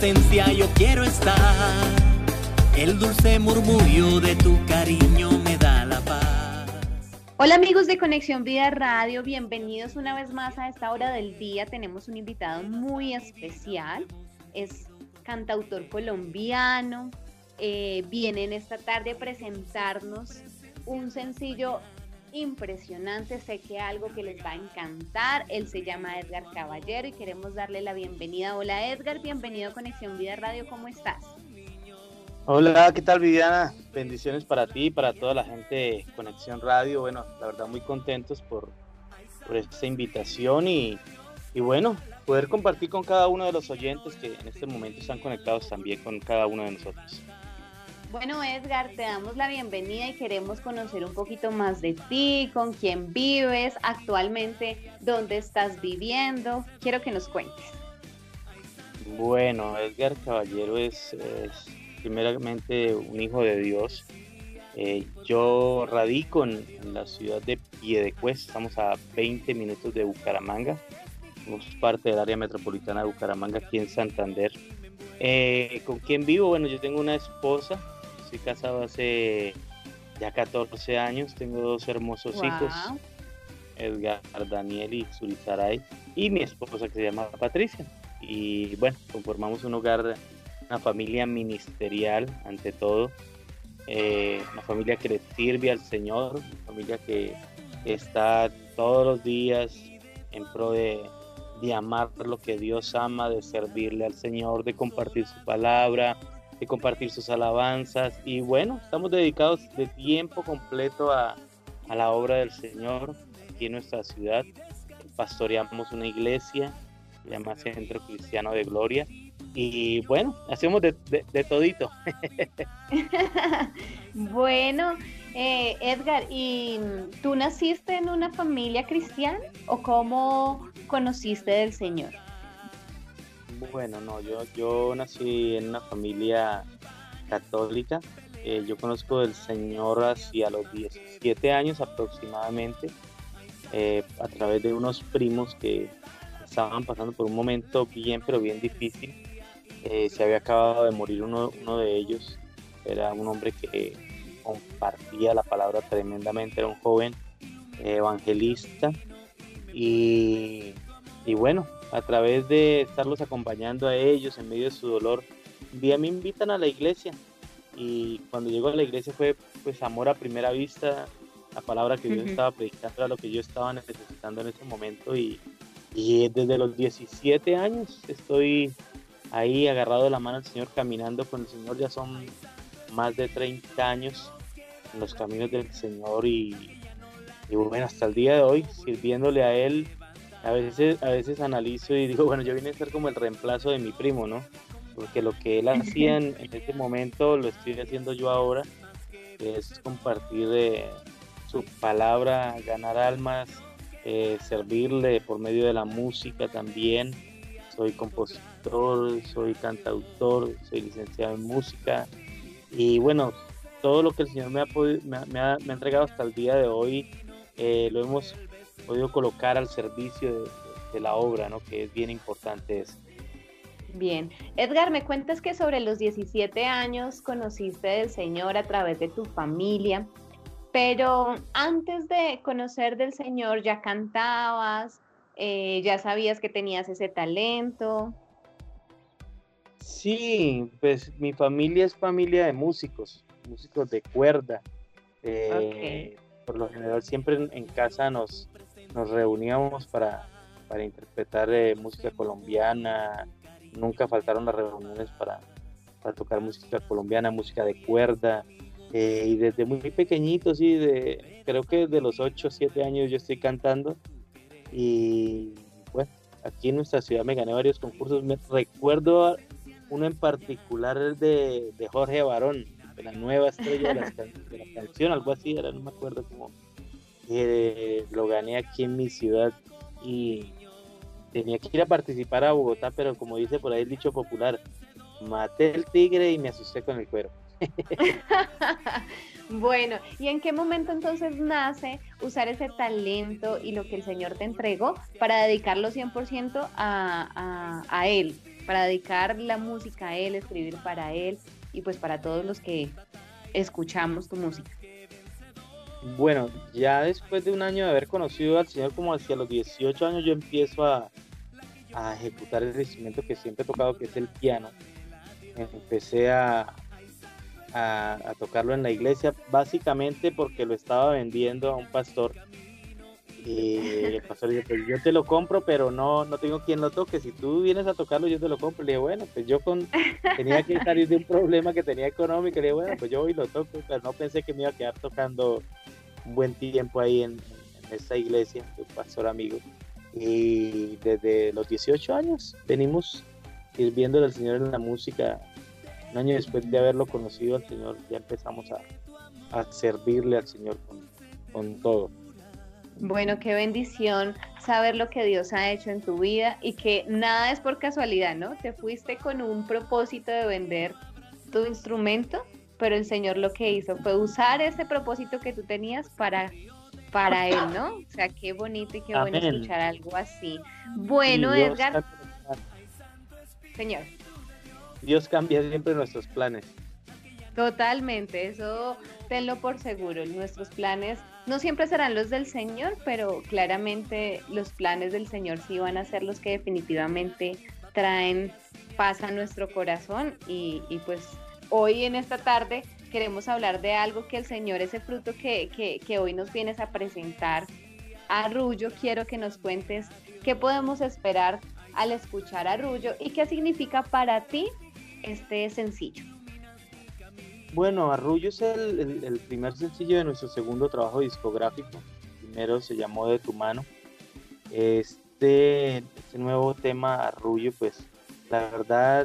presencia yo quiero estar. El dulce murmullo de tu cariño me da la paz. Hola amigos de Conexión Vida Radio, bienvenidos una vez más a esta hora del día. Tenemos un invitado muy especial, es cantautor colombiano, viene en esta tarde a presentarnos un sencillo impresionante, sé que algo que les va a encantar. Él se llama Edgar Caballero y queremos darle la bienvenida. Hola Edgar, bienvenido a Conexión Vida Radio, ¿cómo estás? Hola, ¿qué tal Viviana? Bendiciones para ti y para toda la gente de Conexión Radio. Bueno, la verdad muy contentos por esta invitación y bueno, poder compartir con cada uno de los oyentes que en este momento están conectados también con cada uno de nosotros. Bueno, Edgar, te damos la bienvenida y queremos conocer un poquito más de ti, con quién vives actualmente, dónde estás viviendo. Quiero que nos cuentes. Bueno, Edgar Caballero es primeramente un hijo de Dios. Yo radico en la ciudad de Piedecuesta, estamos a 20 minutos de Bucaramanga, somos parte del área metropolitana de Bucaramanga, aquí en Santander. ¿Con quién vivo? Bueno, yo tengo una esposa, estoy casado hace ya 14 años, tengo dos hermosos hijos, Edgar, Daniel y Zurizaray, y mi esposa que se llama Patricia. Y bueno, conformamos un hogar, una familia ministerial ante todo, una familia que le sirve al Señor, una familia que está todos los días en pro de amar lo que Dios ama, de servirle al Señor, de compartir su palabra, de compartir sus alabanzas. Y bueno, estamos dedicados de tiempo completo a la obra del Señor aquí en nuestra ciudad. Pastoreamos una iglesia, se llama Centro Cristiano de Gloria. Y bueno, hacemos de todito. Bueno, Edgar, ¿y tú naciste en una familia cristiana o cómo conociste del Señor? Bueno, no, yo nací en una familia católica. Yo conozco del Señor hacia los 17 años aproximadamente, a través de unos primos que estaban pasando por un momento bien, pero bien difícil. Se había acabado de morir uno de ellos, era un hombre que compartía la palabra tremendamente, era un joven evangelista y bueno, a través de estarlos acompañando a ellos en medio de su dolor, un día me invitan a la iglesia y cuando llego a la iglesia fue pues amor a primera vista, la palabra que Dios estaba predicando era lo que yo estaba necesitando en ese momento y desde los 17 años estoy ahí agarrado de la mano del Señor, caminando con el Señor. Ya son más de 30 años en los caminos del Señor y bueno, hasta el día de hoy sirviéndole a Él. A veces analizo y digo, bueno, yo vine a ser como el reemplazo de mi primo, ¿no? Porque lo que él hacía en ese momento lo estoy haciendo yo ahora, que es compartir su palabra, ganar almas, servirle por medio de la música también. Soy compositor, soy cantautor, soy licenciado en música y bueno, todo lo que el Señor me ha entregado hasta el día de hoy lo hemos podido colocar al servicio de la obra, ¿no? Que es bien importante eso. Bien, Edgar, me cuentas que sobre los 17 años conociste del Señor a través de tu familia, pero antes de conocer del Señor ya cantabas, ya sabías que tenías ese talento. Sí, pues mi familia es familia de músicos de cuerda. Por lo general siempre en casa nos reuníamos para interpretar música colombiana. Nunca faltaron las reuniones para tocar música colombiana, música de cuerda. Y desde muy pequeñito, sí, creo que de los 8 o 7 años yo estoy cantando. Y bueno, aquí en nuestra ciudad me gané varios concursos. Me recuerdo uno en particular de Jorge Barón, de la nueva estrella de la canción, algo así era, no me acuerdo cómo. Lo gané aquí en mi ciudad y tenía que ir a participar a Bogotá, pero como dice por ahí el dicho popular, maté el tigre y me asusté con el cuero. Bueno, ¿y en qué momento entonces nace usar ese talento y lo que el Señor te entregó para dedicarlo 100% a Él, para dedicar la música a Él, escribir para Él y pues para todos los que escuchamos tu música? Bueno, ya después de un año de haber conocido al Señor, como hacia los 18 años, yo empiezo a ejecutar el instrumento que siempre he tocado, que es el piano. Empecé a tocarlo en la iglesia, básicamente porque lo estaba vendiendo a un pastor. Y el pastor dijo, pues yo te lo compro, pero no tengo quien lo toque. Si tú vienes a tocarlo, yo te lo compro. Le dije, bueno, pues tenía que salir de un problema que tenía económico. Le dije, bueno, pues yo voy y lo toco. Pero no pensé que me iba a quedar tocando un buen tiempo ahí en esta iglesia de un pastor amigo. Y desde los 18 años venimos sirviéndole al Señor en la música. Un año después de haberlo conocido al Señor, ya empezamos a servirle al Señor con todo. Bueno, qué bendición saber lo que Dios ha hecho en tu vida y que nada es por casualidad, ¿no? Te fuiste con un propósito de vender tu instrumento, pero el Señor lo que hizo fue usar ese propósito que tú tenías para Él, ¿no? O sea, qué bonito y qué bueno Amén. escuchar algo así. Bueno, Dios Edgar. Señor. Dios cambia siempre nuestros planes. Totalmente, eso tenlo por seguro. Nuestros planes no siempre serán los del Señor, pero claramente los planes del Señor sí van a ser los que definitivamente traen paz a nuestro corazón y pues hoy en esta tarde queremos hablar de algo que el Señor, ese fruto que hoy nos vienes a presentar. Arrullo, quiero que nos cuentes qué podemos esperar al escuchar Arrullo y qué significa para ti este sencillo. Bueno, Arrullo es el primer sencillo de nuestro segundo trabajo discográfico. El primero se llamó De tu mano. Este nuevo tema, Arrullo, pues la verdad,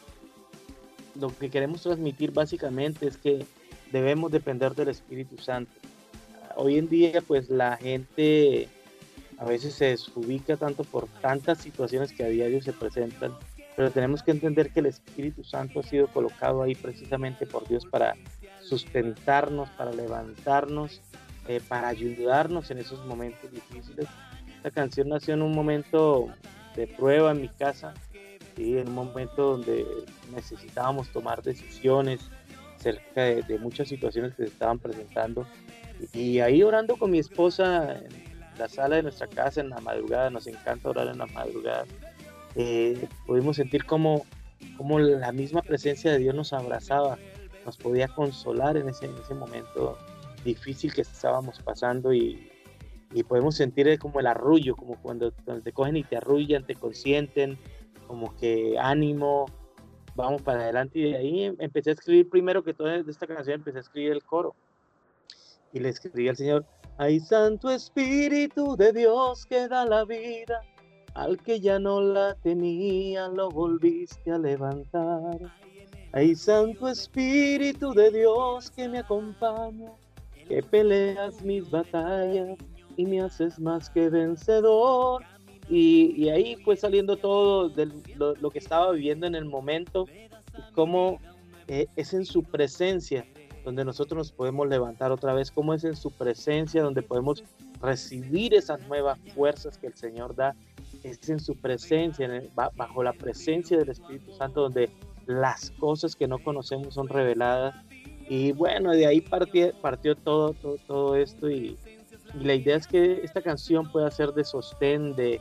lo que queremos transmitir básicamente es que debemos depender del Espíritu Santo. Hoy en día, pues la gente a veces se desubica tanto por tantas situaciones que a diario se presentan, pero tenemos que entender que el Espíritu Santo ha sido colocado ahí precisamente por Dios para sustentarnos, para levantarnos, para ayudarnos en esos momentos difíciles. Esta canción nació en un momento de prueba en mi casa, ¿sí? En un momento donde necesitábamos tomar decisiones acerca de muchas situaciones que se estaban presentando. Y ahí orando con mi esposa en la sala de nuestra casa en la madrugada, nos encanta orar en la madrugada, pudimos sentir como la misma presencia de Dios nos abrazaba, nos podía consolar en ese momento difícil que estábamos pasando y podemos sentir como el arrullo, como cuando te cogen y te arrullan, te consienten, como que ánimo, vamos para adelante. Y de ahí empecé a escribir, primero que todo de esta canción empecé a escribir el coro y le escribí al Señor: ay, Santo Espíritu de Dios que da la vida, al que ya no la tenía lo volviste a levantar. Ay, Santo Espíritu de Dios que me acompaña, que peleas mis batallas y me haces más que vencedor. Y ahí fue saliendo todo de lo que estaba viviendo en el momento, y cómo es en su presencia donde nosotros nos podemos levantar otra vez, cómo es en su presencia donde podemos recibir esas nuevas fuerzas que el Señor da. Es en su presencia, bajo la presencia del Espíritu Santo, donde las cosas que no conocemos son reveladas. Y bueno, de ahí partió todo esto, y la idea es que esta canción pueda ser de sostén, de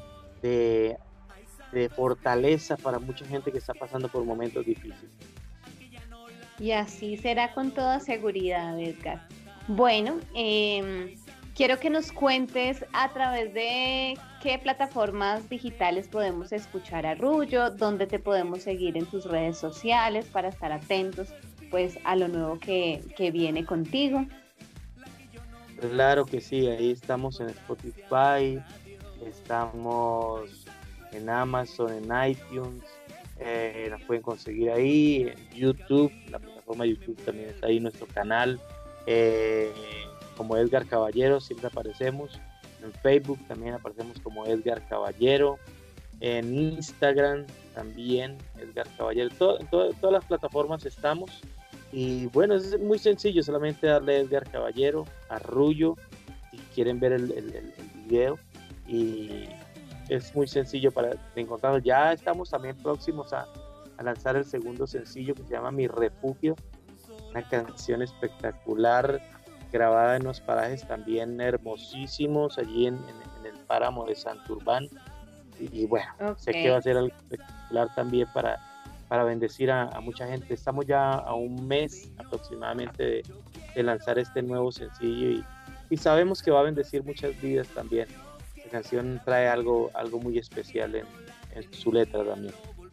fortaleza para mucha gente que está pasando por momentos difíciles. Y así será con toda seguridad, Edgar. Bueno, quiero que nos cuentes a través de qué plataformas digitales podemos escuchar Arrullo, dónde te podemos seguir en tus redes sociales para estar atentos pues a lo nuevo que viene contigo. Claro que sí, ahí estamos en Spotify, estamos en Amazon, en iTunes, nos pueden conseguir ahí, en YouTube, la plataforma de YouTube también está ahí nuestro canal, como Edgar Caballero siempre aparecemos, en Facebook también aparecemos como Edgar Caballero, en Instagram también Edgar Caballero, en todas las plataformas estamos. Y bueno, es muy sencillo, solamente darle Edgar Caballero, Arrullo, si quieren ver el video, y es muy sencillo para encontrarlo. Ya estamos también próximos a lanzar el segundo sencillo, que se llama Mi Refugio, una canción espectacular, grabada en unos parajes también hermosísimos, allí en el páramo de Santurbán. Y bueno, sé que va a ser algo espectacular también para bendecir a mucha gente. Estamos ya a un mes aproximadamente de lanzar este nuevo sencillo y sabemos que va a bendecir muchas vidas también. La canción trae algo muy especial en su letra también.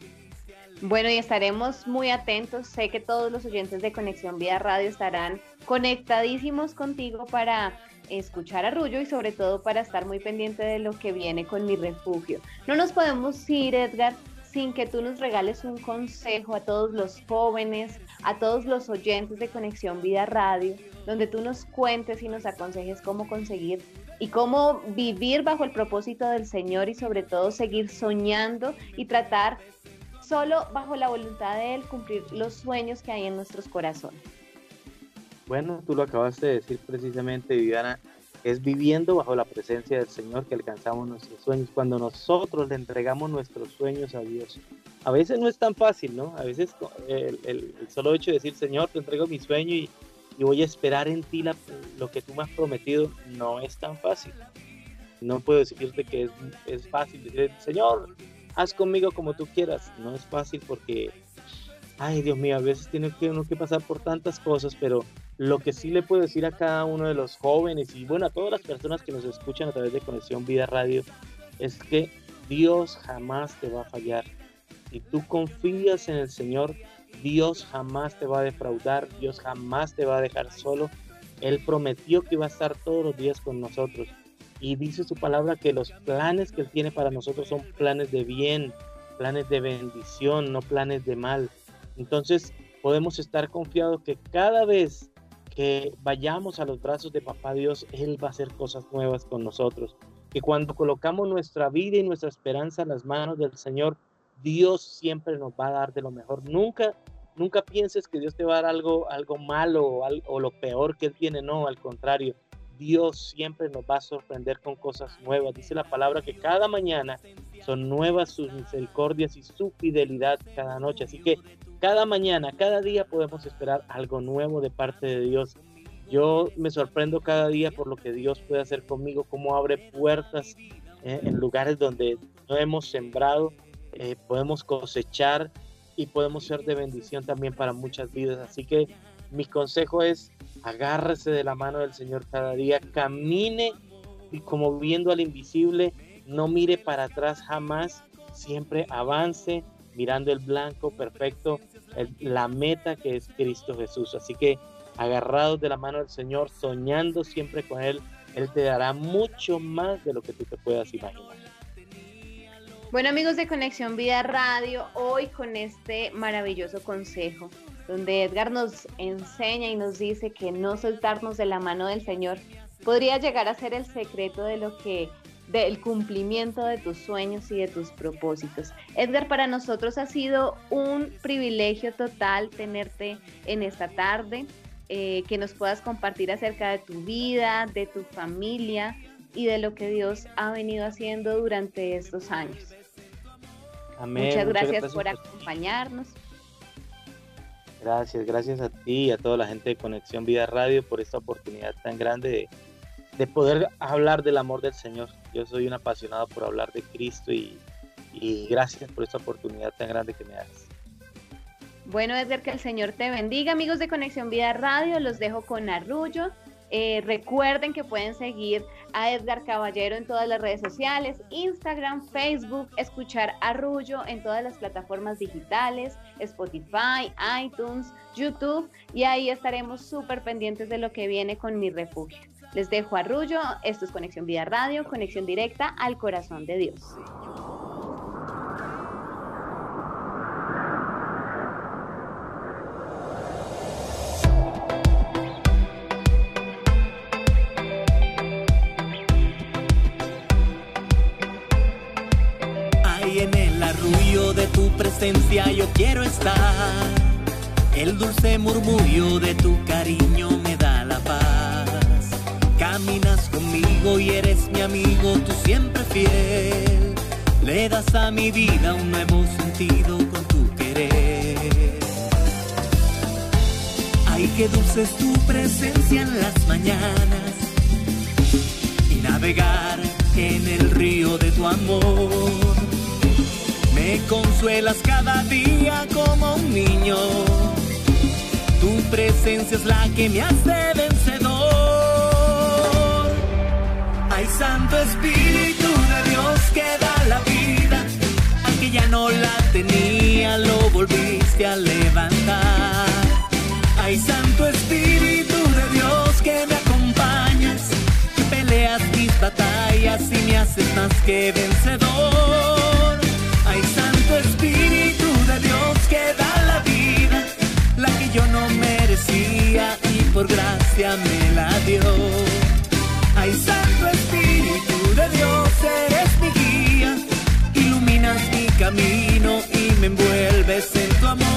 Bueno, y estaremos muy atentos. Sé que todos los oyentes de Conexión Vida Radio estarán conectadísimos contigo para escuchar a Rullo y sobre todo para estar muy pendiente de lo que viene con Mi Refugio. No nos podemos ir, Edgar, sin que tú nos regales un consejo a todos los jóvenes, a todos los oyentes de Conexión Vida Radio, donde tú nos cuentes y nos aconsejes cómo conseguir y cómo vivir bajo el propósito del Señor y sobre todo seguir soñando y tratar solo bajo la voluntad de Él cumplir los sueños que hay en nuestros corazones. Bueno, tú lo acabaste de decir precisamente, Viviana, es viviendo bajo la presencia del Señor que alcanzamos nuestros sueños, cuando nosotros le entregamos nuestros sueños a Dios. A veces no es tan fácil, ¿no? A veces el solo hecho de decir, Señor, te entrego mi sueño y voy a esperar en ti lo que tú me has prometido, no es tan fácil. No puedo decirte que es fácil decir, Señor, haz conmigo como tú quieras. No es fácil porque, ay, Dios mío, a veces tiene uno que pasar por tantas cosas, pero lo que sí le puedo decir a cada uno de los jóvenes y bueno, a todas las personas que nos escuchan a través de Conexión Vida Radio, es que Dios jamás te va a fallar. Si tú confías en el Señor, Dios jamás te va a defraudar, Dios jamás te va a dejar solo. Él prometió que iba a estar todos los días con nosotros. Y dice su palabra que los planes que Él tiene para nosotros son planes de bien, planes de bendición, no planes de mal. Entonces podemos estar confiados que cada vez que vayamos a los brazos de Papá Dios, Él va a hacer cosas nuevas con nosotros. Que cuando colocamos nuestra vida y nuestra esperanza en las manos del Señor, Dios siempre nos va a dar de lo mejor. Nunca pienses que Dios te va a dar algo malo o lo peor que Él tiene. No, al contrario. Dios siempre nos va a sorprender con cosas nuevas. Dice la palabra que cada mañana son nuevas sus misericordias y su fidelidad cada noche. Así que cada mañana, cada día podemos esperar algo nuevo de parte de Dios. Yo me sorprendo cada día por lo que Dios puede hacer conmigo, cómo abre puertas en lugares donde no hemos sembrado, podemos cosechar y podemos ser de bendición también para muchas vidas. Así que mi consejo es: agárrese de la mano del Señor cada día, camine como viendo al invisible, no mire para atrás jamás, siempre avance mirando el blanco perfecto, la meta que es Cristo Jesús. Así que agarrados de la mano del Señor, soñando siempre con Él, Él te dará mucho más de lo que tú te puedas imaginar. Bueno, amigos de Conexión Vida Radio, hoy con este maravilloso consejo, donde Edgar nos enseña y nos dice que no soltarnos de la mano del Señor podría llegar a ser el secreto del cumplimiento de tus sueños y de tus propósitos. Edgar, para nosotros ha sido un privilegio total tenerte en esta tarde, que nos puedas compartir acerca de tu vida, de tu familia y de lo que Dios ha venido haciendo durante estos años. Amén. Muchas gracias por acompañarnos. Gracias a ti y a toda la gente de Conexión Vida Radio por esta oportunidad tan grande de poder hablar del amor del Señor. Yo soy un apasionado por hablar de Cristo y gracias por esta oportunidad tan grande que me das. Bueno, Edgar, que el Señor te bendiga. Amigos de Conexión Vida Radio, los dejo con Arrullo. Recuerden que pueden seguir a Edgar Caballero en todas las redes sociales, Instagram, Facebook, escuchar Arrullo en todas las plataformas digitales, Spotify, iTunes, YouTube, y ahí estaremos súper pendientes de lo que viene con Mi Refugio. Les dejo Arrullo, esto es Conexión Vida Radio, conexión directa al corazón de Dios. En el arrullo de tu presencia yo quiero estar. El dulce murmullo de tu cariño me da la paz. Caminas conmigo y eres mi amigo, tú siempre fiel. le das a mi vida un nuevo sentido con tu querer. Ay, qué dulce es tu presencia en las mañanas y navegar en el río de tu amor. Me consuelas cada día como un niño, tu presencia es la que me hace vencedor. Ay, Santo Espíritu de Dios que da la vida, al que ya no la tenía lo volviste a levantar. Ay, Santo Espíritu de Dios que me acompañas, que peleas mis batallas y me haces más que vencedor. Ay, Santo Espíritu de Dios que da la vida, la que yo no merecía y por gracia me la dio. Ay, Santo Espíritu de Dios, eres mi guía, iluminas mi camino y me envuelves en tu amor.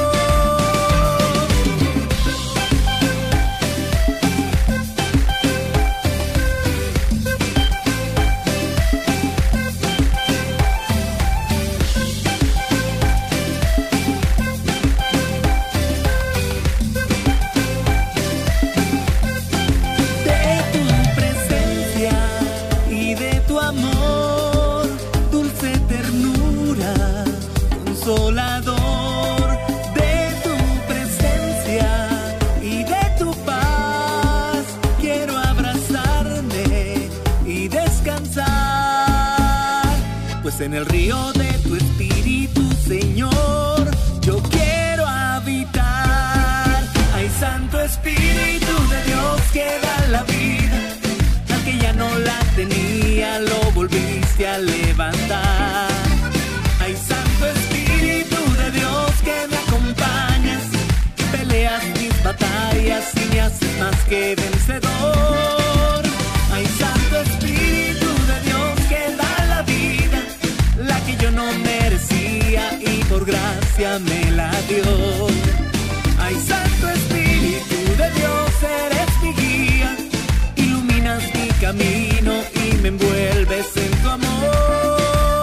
En el río de tu espíritu, Señor, yo quiero habitar. Ay, Santo Espíritu de Dios que da la vida, al que ya no la tenía lo volviste a levantar. Ay, Santo Espíritu de Dios que me acompañas, que peleas mis batallas y me haces más que vencedor. Ay, Santo Espíritu de Dios que da la vida, la que yo no merecía y por gracia me la dio. Ay, Santo Espíritu de Dios, eres mi guía, iluminas mi camino y me envuelves en tu amor.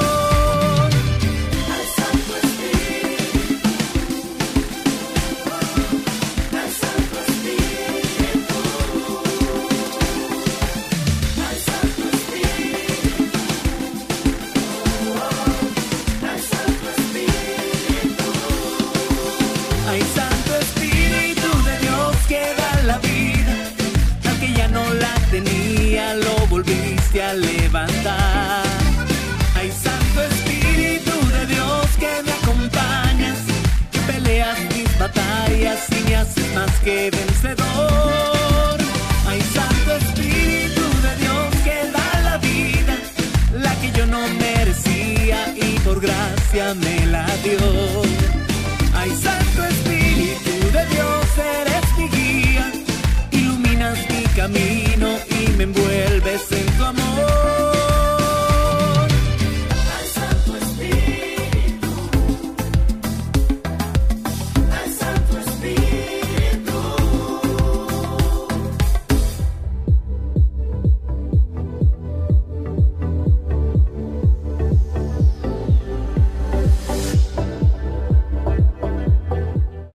Ay, Santo Espíritu, ay, Santo Espíritu, ay, Santo Espíritu. Ay, Santo Espíritu de Dios que da la vida, al que ya no la tenía lo volviste a levantar. Ay, Santo Espíritu de Dios que me acompañas, que peleas mis batallas y me haces más que vencedor. Ay, Santo Espíritu de Dios que da la vida, la que yo no merecía y por gracia me la dio. Ay, Santo Espíritu de Dios, eres mi guía, iluminas mi camino y me envuelves en tu amor.